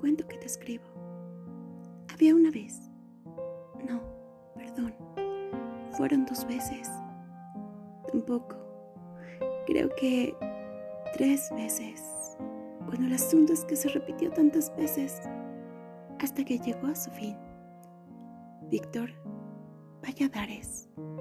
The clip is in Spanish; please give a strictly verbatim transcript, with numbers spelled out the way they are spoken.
cuento que te escribo. Había una vez. No, perdón. Fueron dos veces. Tampoco. Creo que tres veces. Bueno, el asunto es que se repitió tantas veces hasta que llegó a su fin. Víctor Valladares.